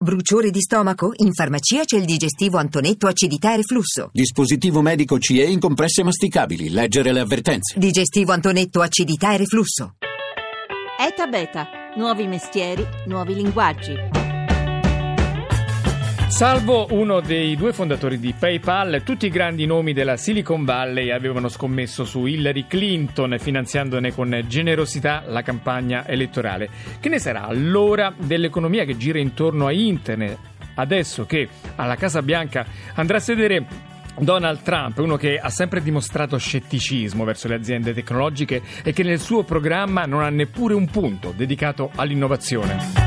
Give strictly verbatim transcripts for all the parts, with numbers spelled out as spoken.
Bruciore di stomaco? In farmacia c'è il digestivo Antonetto acidità e reflusso. Dispositivo medico C E in compresse masticabili. Leggere le avvertenze. Digestivo Antonetto acidità e reflusso. Eta Beta. Nuovi mestieri, nuovi linguaggi. Salvo uno dei due fondatori di PayPal, tutti i grandi nomi della Silicon Valley avevano scommesso su Hillary Clinton, finanziandone con generosità la campagna elettorale. Che ne sarà allora dell'economia che gira intorno a Internet, adesso che alla Casa Bianca andrà a sedere Donald Trump, uno che ha sempre dimostrato scetticismo verso le aziende tecnologiche e che nel suo programma non ha neppure un punto dedicato all'innovazione?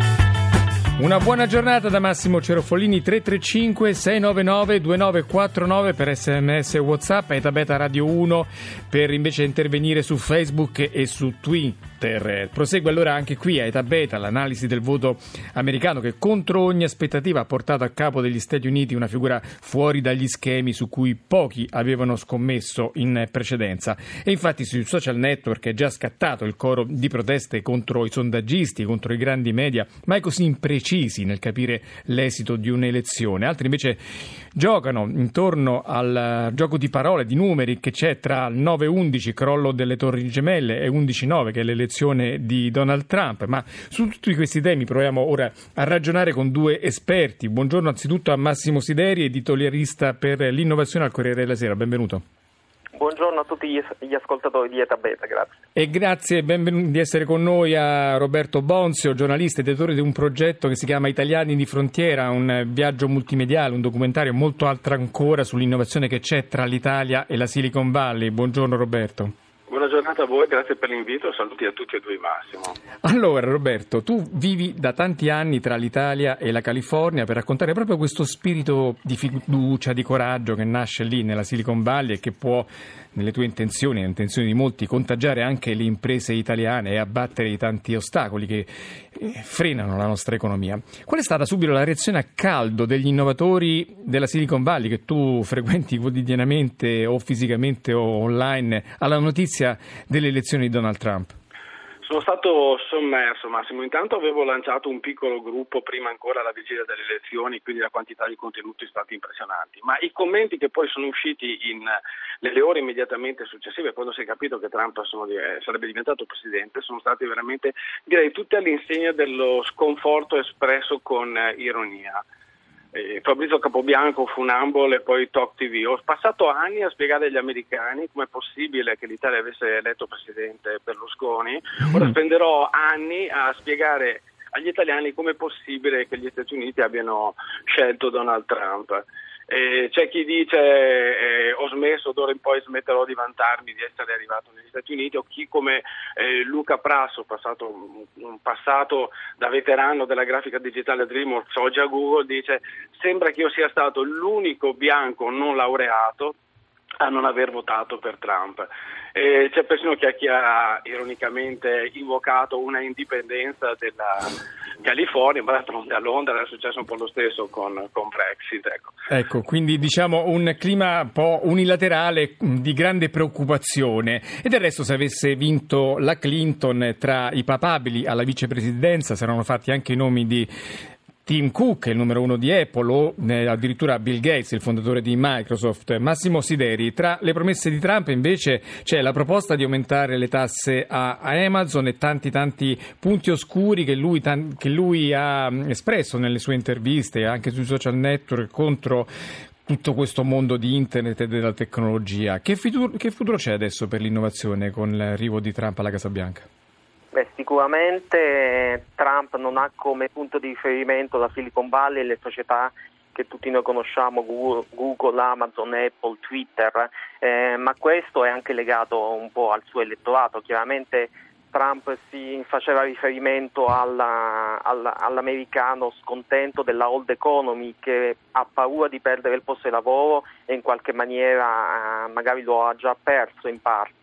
Una buona giornata da Massimo Cerofolini. Tre tre cinque sei nove nove due nove quattro nove per sms e WhatsApp, Eta Beta Radio uno per invece intervenire su Facebook e su Twitter. Prosegue allora anche qui a Eta Beta l'analisi del voto americano che contro ogni aspettativa ha portato a capo degli Stati Uniti una figura fuori dagli schemi su cui pochi avevano scommesso in precedenza. E infatti sui social network è già scattato il coro di proteste contro i sondaggisti, contro i grandi media, mai così imprecisi nel capire l'esito di un'elezione. Altri invece giocano intorno al gioco di parole, di numeri che c'è tra il nove undici, crollo delle Torri Gemelle, e undici nove, che è l'elezione di Donald Trump. Ma su tutti questi temi proviamo ora a ragionare con due esperti. Buongiorno anzitutto a Massimo Sideri, editorialista per l'innovazione al Corriere della Sera. Benvenuto. Buongiorno a tutti gli ascoltatori di Eta Beta, grazie. E grazie benvenuti di essere con noi a Roberto Bonzio, giornalista e editore di un progetto che si chiama Italiani di Frontiera, un viaggio multimediale, un documentario molto altro ancora sull'innovazione che c'è tra l'Italia e la Silicon Valley. Buongiorno Roberto. Buona giornata a voi, grazie per l'invito, saluti a tutti e due Massimo. Allora Roberto, tu vivi da tanti anni tra l'Italia e la California per raccontare proprio questo spirito di fiducia, di coraggio che nasce lì nella Silicon Valley e che può, nelle tue intenzioni, nelle intenzioni di molti, contagiare anche le imprese italiane e abbattere i tanti ostacoli che frenano la nostra economia. Qual è stata subito la reazione a caldo degli innovatori della Silicon Valley che tu frequenti quotidianamente o fisicamente o online alla notizia delle elezioni di Donald Trump? Sono stato sommerso, Massimo. Intanto avevo lanciato un piccolo gruppo prima ancora alla vigilia delle elezioni, quindi la quantità di contenuti è stata impressionante. Ma i commenti che poi sono usciti in, nelle ore immediatamente successive, quando si è capito che Trump sono, eh, sarebbe diventato presidente, sono stati veramente, direi, tutti all'insegna dello sconforto espresso con eh, ironia. Eh, Fabrizio Capobianco, Funambole e poi Talk T V. Ho passato anni a spiegare agli americani come è possibile che l'Italia avesse eletto presidente Berlusconi. Ora spenderò anni a spiegare agli italiani come è possibile che gli Stati Uniti abbiano scelto Donald Trump. Eh, c'è chi dice eh, ho smesso, d'ora in poi smetterò di vantarmi di essere arrivato negli Stati Uniti, o chi come eh, Luca Prasso, passato, un passato da veterano della grafica digitale DreamWorks, oggi a Google, dice sembra che io sia stato l'unico bianco non laureato a non aver votato per Trump. Eh, c'è persino chi ha, chi ha ironicamente invocato una indipendenza della California, ma d'altronde a Londra è successo un po' lo stesso con, con Brexit. Ecco. ecco, quindi diciamo un clima un po' unilaterale di grande preoccupazione. E del resto, se avesse vinto la Clinton, tra i papabili alla vicepresidenza saranno fatti anche i nomi di Tim Cook, il numero uno di Apple, o eh, addirittura Bill Gates, il fondatore di Microsoft. Massimo Sideri, tra le promesse di Trump invece c'è la proposta di aumentare le tasse a, a Amazon e tanti tanti punti oscuri che lui, tan- che lui ha espresso nelle sue interviste e anche sui social network contro tutto questo mondo di internet e della tecnologia. Che futuro, che futuro c'è adesso per l'innovazione con l'arrivo di Trump alla Casa Bianca? Beh, sicuramente Trump non ha come punto di riferimento la Silicon Valley e le società che tutti noi conosciamo, Google, Amazon, Apple, Twitter, eh, ma questo è anche legato un po' al suo elettorato. Chiaramente Trump si faceva riferimento alla, alla, all'americano scontento della old economy che ha paura di perdere il posto di lavoro e in qualche maniera eh, magari lo ha già perso in parte.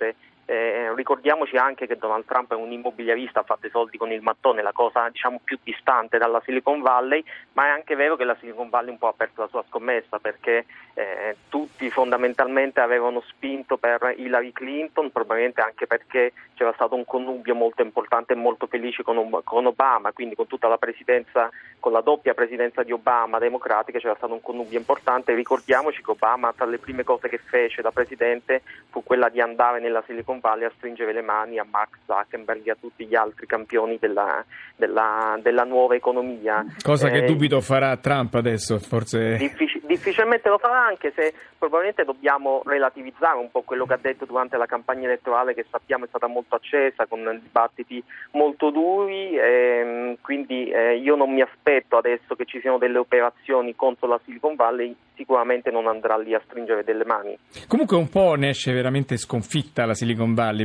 Eh, ricordiamoci anche che Donald Trump è un immobiliarista, ha fatto i soldi con il mattone, la cosa diciamo più distante dalla Silicon Valley, ma è anche vero che la Silicon Valley un po' ha perso la sua scommessa, perché eh, tutti fondamentalmente avevano spinto per Hillary Clinton, probabilmente anche perché c'era stato un connubio molto importante e molto felice con, con Obama, quindi con tutta la presidenza, con la doppia presidenza di Obama democratica c'era stato un connubio importante. Ricordiamoci che Obama tra le prime cose che fece da presidente fu quella di andare nella Silicon Valley a stringere le mani a Mark Zuckerberg e a tutti gli altri campioni della, della, della nuova economia. Cosa eh, che dubito farà Trump adesso, forse. Diffic- difficilmente lo farà, anche se probabilmente dobbiamo relativizzare un po' quello che ha detto durante la campagna elettorale, che sappiamo è stata molto accesa, con dibattiti molto duri, ehm, quindi eh, io non mi aspetto adesso che ci siano delle operazioni contro la Silicon Valley, sicuramente non andrà lì a stringere delle mani. Comunque un po' ne esce veramente sconfitta la Silicon Valley,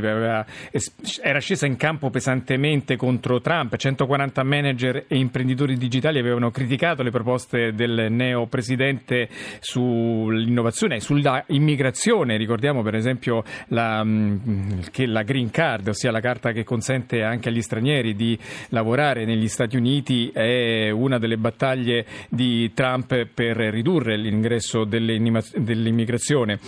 era scesa in campo pesantemente contro Trump, centoquaranta manager e imprenditori digitali avevano criticato le proposte del neo presidente sull'innovazione e sulla immigrazione. Ricordiamo per esempio la, che la Green Card, ossia la carta che consente anche agli stranieri di lavorare negli Stati Uniti, è una delle battaglie di Trump per ridurre l'ingresso dell'immigrazione.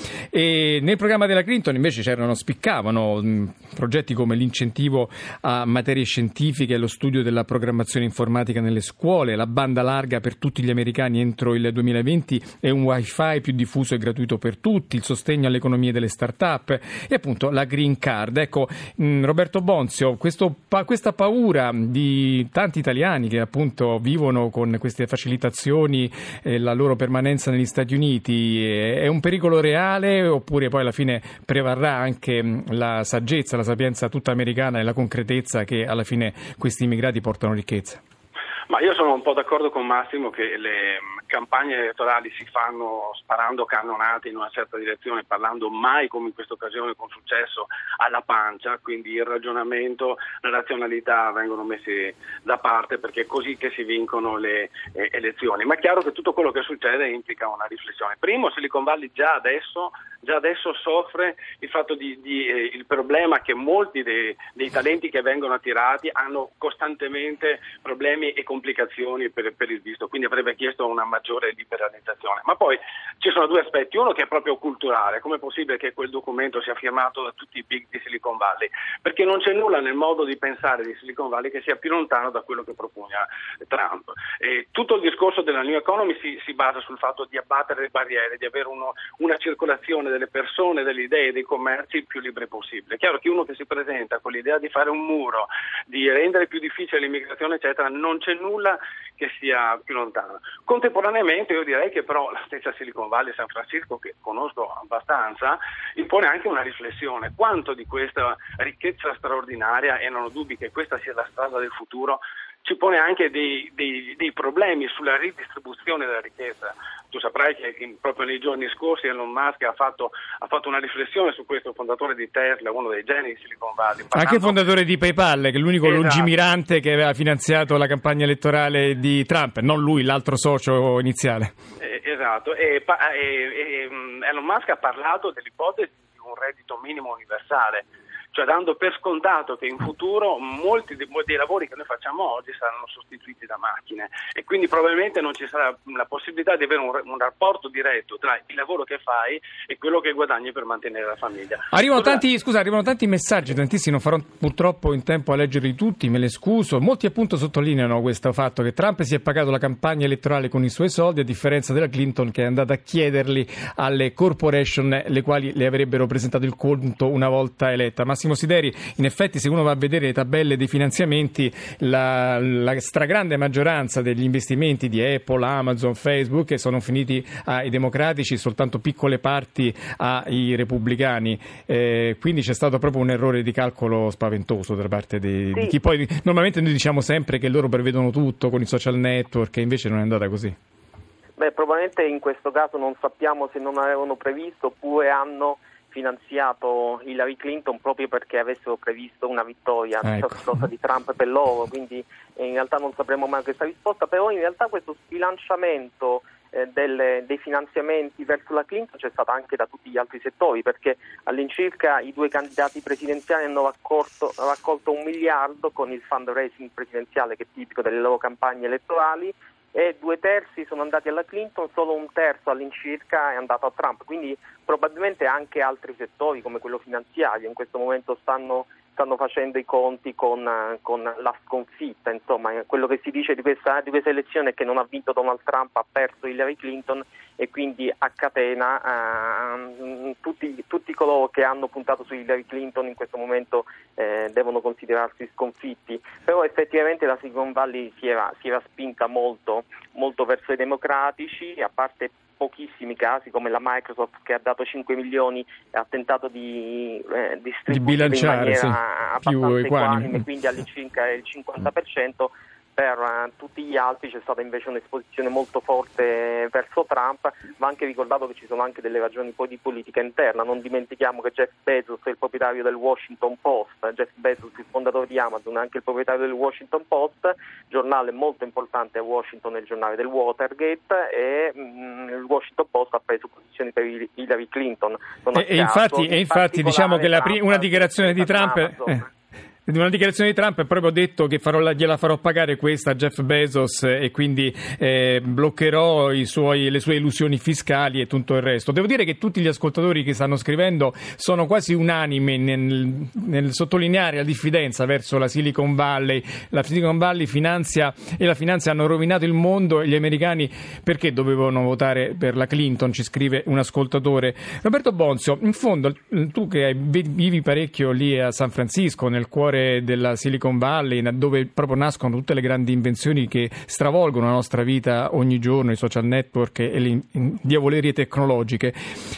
E nel programma della Clinton invece c'erano, spiccavano mh, progetti come l'incentivo a materie scientifiche e lo studio della programmazione informatica nelle scuole, la banda larga per tutti gli americani entro il duemilaventi e un wifi più diffuso e gratuito per tutti, il sostegno alle economie delle start-up e appunto la Green Card. Ecco, mh, Roberto Bonzio, questo, pa, questa paura di tanti italiani che appunto vivono con queste facilitazioni e la loro permanenza negli Stati Uniti, è un pericolo reale oppure poi alla fine prevarrà anche la saggezza, la sapienza tutta americana e la concretezza che alla fine questi immigrati portano ricchezza? Ma io sono un po' d'accordo con Massimo che le campagne elettorali si fanno sparando cannonate in una certa direzione, parlando mai come in questa occasione con successo alla pancia, quindi il ragionamento, la razionalità vengono messi da parte perché è così che si vincono le eh, elezioni. Ma è chiaro che tutto quello che succede implica una riflessione. Primo, Silicon Valley già adesso già adesso soffre il fatto di, di eh, il problema che molti dei, dei talenti che vengono attirati hanno costantemente problemi e complicazioni per, per il visto, quindi avrebbe chiesto una maggiore liberalizzazione. Ma poi ci sono due aspetti, uno che è proprio culturale: com'è possibile che quel documento sia firmato da tutti i big di Silicon Valley? Perché non c'è nulla nel modo di pensare di Silicon Valley che sia più lontano da quello che propugna Trump. E tutto il discorso della New Economy si, si basa sul fatto di abbattere le barriere, di avere uno, una circolazione delle persone, delle idee, dei commerci il più libere possibile. È chiaro che uno che si presenta con l'idea di fare un muro, di rendere più difficile l'immigrazione eccetera, non c'è nulla che sia più lontano. Contemporaneamente io direi che però la stessa Silicon Valley, San Francisco, che conosco abbastanza, impone anche una riflessione: quanto di questa ricchezza straordinaria, e non ho dubbi che questa sia la strada del futuro, ci pone anche dei, dei, dei problemi sulla ridistribuzione della ricchezza. Tu saprai che proprio nei giorni scorsi Elon Musk ha fatto, ha fatto una riflessione su questo, fondatore di Tesla, uno dei geni di Silicon Valley. Parlando... Anche fondatore di PayPal, che è l'unico esatto. lungimirante che aveva finanziato la campagna elettorale di Trump, non lui, l'altro socio iniziale. Eh, esatto, e, e, e Elon Musk ha parlato dell'ipotesi di un reddito minimo universale, cioè dando per scontato che in futuro molti dei, dei lavori che noi facciamo oggi saranno sostituiti da macchine e quindi probabilmente non ci sarà la possibilità di avere un, un rapporto diretto tra il lavoro che fai e quello che guadagni per mantenere la famiglia. Arrivano tanti, scusa, arrivano tanti messaggi, tantissimi, non farò purtroppo in tempo a leggerli tutti, me ne scuso. Molti appunto sottolineano questo fatto che Trump si è pagato la campagna elettorale con i suoi soldi, a differenza della Clinton che è andata a chiederli alle corporation, le quali le avrebbero presentato il conto una volta eletta. Massimo Sideri, in effetti se uno va a vedere le tabelle dei finanziamenti, la, la stragrande maggioranza degli investimenti di Apple, Amazon, Facebook sono finiti ai democratici, soltanto piccole parti ai repubblicani, eh, quindi c'è stato proprio un errore di calcolo spaventoso da parte di, sì. di chi poi normalmente noi diciamo sempre che loro prevedono tutto con i social network e invece non è andata così. Beh, probabilmente in questo caso non sappiamo se non avevano previsto oppure hanno finanziato Hillary Clinton proprio perché avessero previsto una vittoria ecco. di Trump per loro, quindi in realtà non sapremo mai questa risposta, però in realtà questo sbilanciamento eh, delle, dei finanziamenti verso la Clinton c'è stata anche da tutti gli altri settori, perché all'incirca i due candidati presidenziali hanno raccolto, raccolto un miliardo con il fundraising presidenziale, che è tipico delle loro campagne elettorali, e due terzi sono andati alla Clinton, solo un terzo all'incirca è andato a Trump, quindi probabilmente anche altri settori come quello finanziario in questo momento stanno stanno facendo i conti con, con la sconfitta. Insomma, quello che si dice di questa, di questa elezione è che non ha vinto Donald Trump, ha perso Hillary Clinton, e quindi a catena uh, tutti, tutti coloro che hanno puntato su Hillary Clinton in questo momento eh, devono considerarsi sconfitti. Però effettivamente la Silicon Valley si era, si era spinta molto, molto verso i democratici, a parte pochissimi casi come la Microsoft, che ha dato cinque milioni e ha tentato di eh, distribuire in maniera abbastanza equanime, quindi all'incirca il cinquanta per cento. Per uh, tutti gli altri c'è stata invece un'esposizione molto forte verso Trump. Va anche ricordato che ci sono anche delle ragioni poi di politica interna. Non dimentichiamo che Jeff Bezos è il proprietario del Washington Post. Jeff Bezos, il fondatore di Amazon, è anche il proprietario del Washington Post, giornale molto importante a Washington, è il giornale del Watergate, e mh, il Washington Post ha preso posizioni per Hillary Clinton. E, e infatti, e infatti diciamo che la pri- una dichiarazione di Trump... Eh. Una dichiarazione di Trump ha proprio detto che farò la, gliela farò pagare questa a Jeff Bezos, e quindi eh, bloccherò i suoi, le sue illusioni fiscali e tutto il resto. Devo dire che tutti gli ascoltatori che stanno scrivendo sono quasi unanimi nel, nel sottolineare la diffidenza verso la Silicon Valley. La Silicon Valley finanzia e la finanza hanno rovinato il mondo, e gli americani perché dovevano votare per la Clinton, ci scrive un ascoltatore. Roberto Bonzio, in fondo tu che vivi parecchio lì a San Francisco, nel cuore della Silicon Valley, dove proprio nascono tutte le grandi invenzioni che stravolgono la nostra vita ogni giorno, i social network e le diavolerie tecnologiche.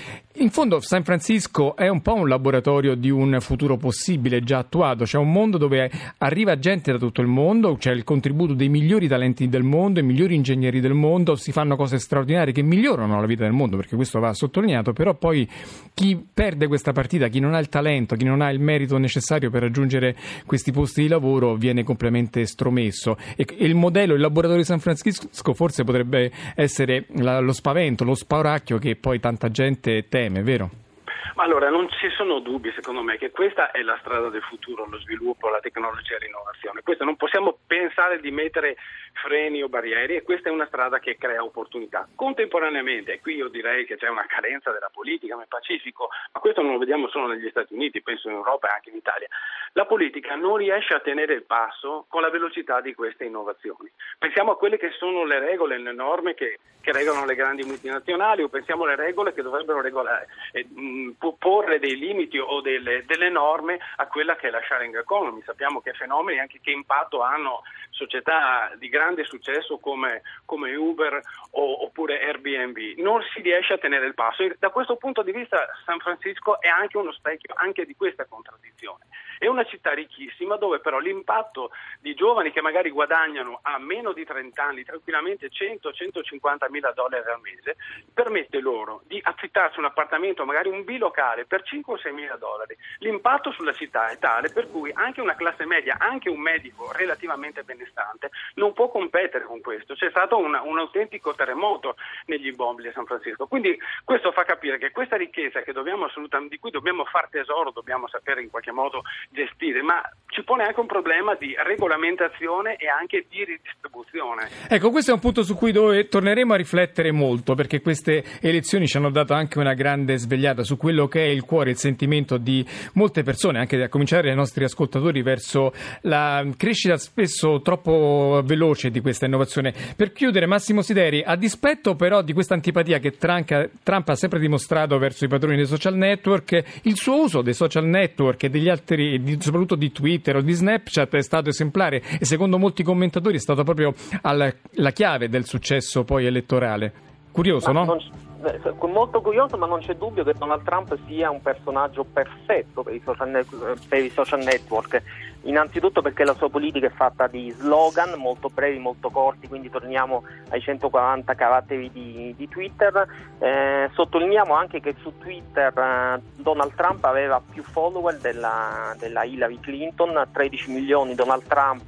In fondo San Francisco è un po' un laboratorio di un futuro possibile già attuato. C'è un mondo dove arriva gente da tutto il mondo, c'è il contributo dei migliori talenti del mondo, i migliori ingegneri del mondo, si fanno cose straordinarie che migliorano la vita del mondo, perché questo va sottolineato. Però poi chi perde questa partita, chi non ha il talento, chi non ha il merito necessario per raggiungere questi posti di lavoro, viene completamente estromesso. E il modello, il laboratorio di San Francisco forse potrebbe essere la, lo spavento, lo spauracchio che poi tanta gente teme. È vero? Ma allora non ci sono dubbi, secondo me, che questa è la strada del futuro, lo sviluppo, la tecnologia e l'innovazione. Questo non possiamo pensare di mettere freni o barriere, e questa è una strada che crea opportunità. Contemporaneamente, e qui io direi che c'è una carenza della politica nel Pacifico, ma questo non lo vediamo solo negli Stati Uniti, penso in Europa e anche in Italia. La politica non riesce a tenere il passo con la velocità di queste innovazioni. Pensiamo a quelle che sono le regole, le norme che, che regolano le grandi multinazionali, o pensiamo alle regole che dovrebbero regolare, eh, mh, porre dei limiti o delle, delle norme a quella che è la sharing economy. Sappiamo che fenomeni anche che impatto hanno società di grande successo come, come Uber o, oppure Airbnb. Non si riesce a tenere il passo, e da questo punto di vista San Francisco è anche uno specchio anche di questa contraddizione. È una città ricchissima dove però l'impatto di giovani che magari guadagnano a meno di trenta anni tranquillamente cento centocinquanta mila dollari al mese permette loro di affittarsi un appartamento, magari un bilocale, per cinque o sei mila dollari. L'impatto sulla città è tale per cui anche una classe media, anche un medico relativamente benestante non può competere con questo. C'è stato un, un autentico terremoto negli immobili a San Francisco. Quindi questo fa capire che questa ricchezza che dobbiamo assolutamente, di cui dobbiamo far tesoro, dobbiamo sapere in qualche modo gestire, ma ci pone anche un problema di regolamentazione e anche di ridistribuzione. Ecco, questo è un punto su cui dove torneremo a riflettere molto, perché queste elezioni ci hanno dato anche una grande svegliata su quello che è il cuore, il sentimento di molte persone, anche a cominciare dai nostri ascoltatori, verso la crescita spesso troppo veloce di questa innovazione. Per chiudere, Massimo Sideri, a dispetto però di questa antipatia che Trump ha sempre dimostrato verso i padroni dei social network, il suo uso dei social network e degli altri, soprattutto di Twitter o di Snapchat, è stato esemplare e secondo molti commentatori è stato proprio alla, la chiave del successo poi elettorale. Curioso, ma no? Non, molto curioso, ma non c'è dubbio che Donald Trump sia un personaggio perfetto per i social, net, per i social network. Innanzitutto perché la sua politica è fatta di slogan molto brevi, molto corti, quindi torniamo ai centoquaranta caratteri di, di Twitter. Eh, sottolineiamo anche che su Twitter eh, Donald Trump aveva più follower della, della Hillary Clinton, tredici milioni Donald Trump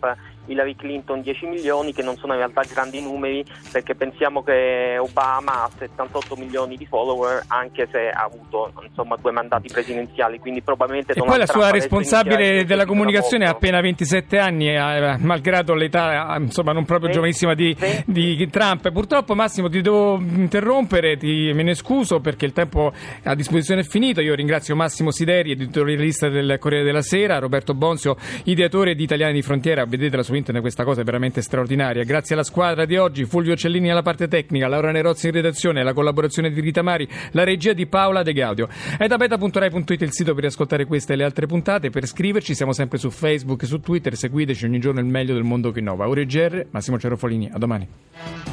Hillary Clinton dieci milioni, che non sono in realtà grandi numeri, perché pensiamo che Obama ha settantotto milioni di follower, anche se ha avuto insomma due mandati presidenziali, quindi probabilmente e poi la sua responsabile della comunicazione ha appena ventisette anni, eh, malgrado l'età insomma non proprio giovanissima di, di Trump. Purtroppo Massimo ti devo interrompere, ti, me ne scuso perché il tempo a disposizione è finito. Io ringrazio Massimo Sideri, editorialista del Corriere della Sera, Roberto Bonzio, ideatore di Italiani di Frontiera. Vedetela su internet, questa cosa è veramente straordinaria. Grazie alla squadra di oggi, Fulvio Cellini alla parte tecnica, Laura Nerozzi in redazione, la collaborazione di Rita Mari, la regia di Paola De Gaudio. Etabeta punto rai punto it è il sito per ascoltare queste e le altre puntate. Per scriverci siamo sempre su Facebook e su Twitter, seguiteci, ogni giorno il meglio del mondo che innova. Ore G R, Massimo Cerofolini, a domani.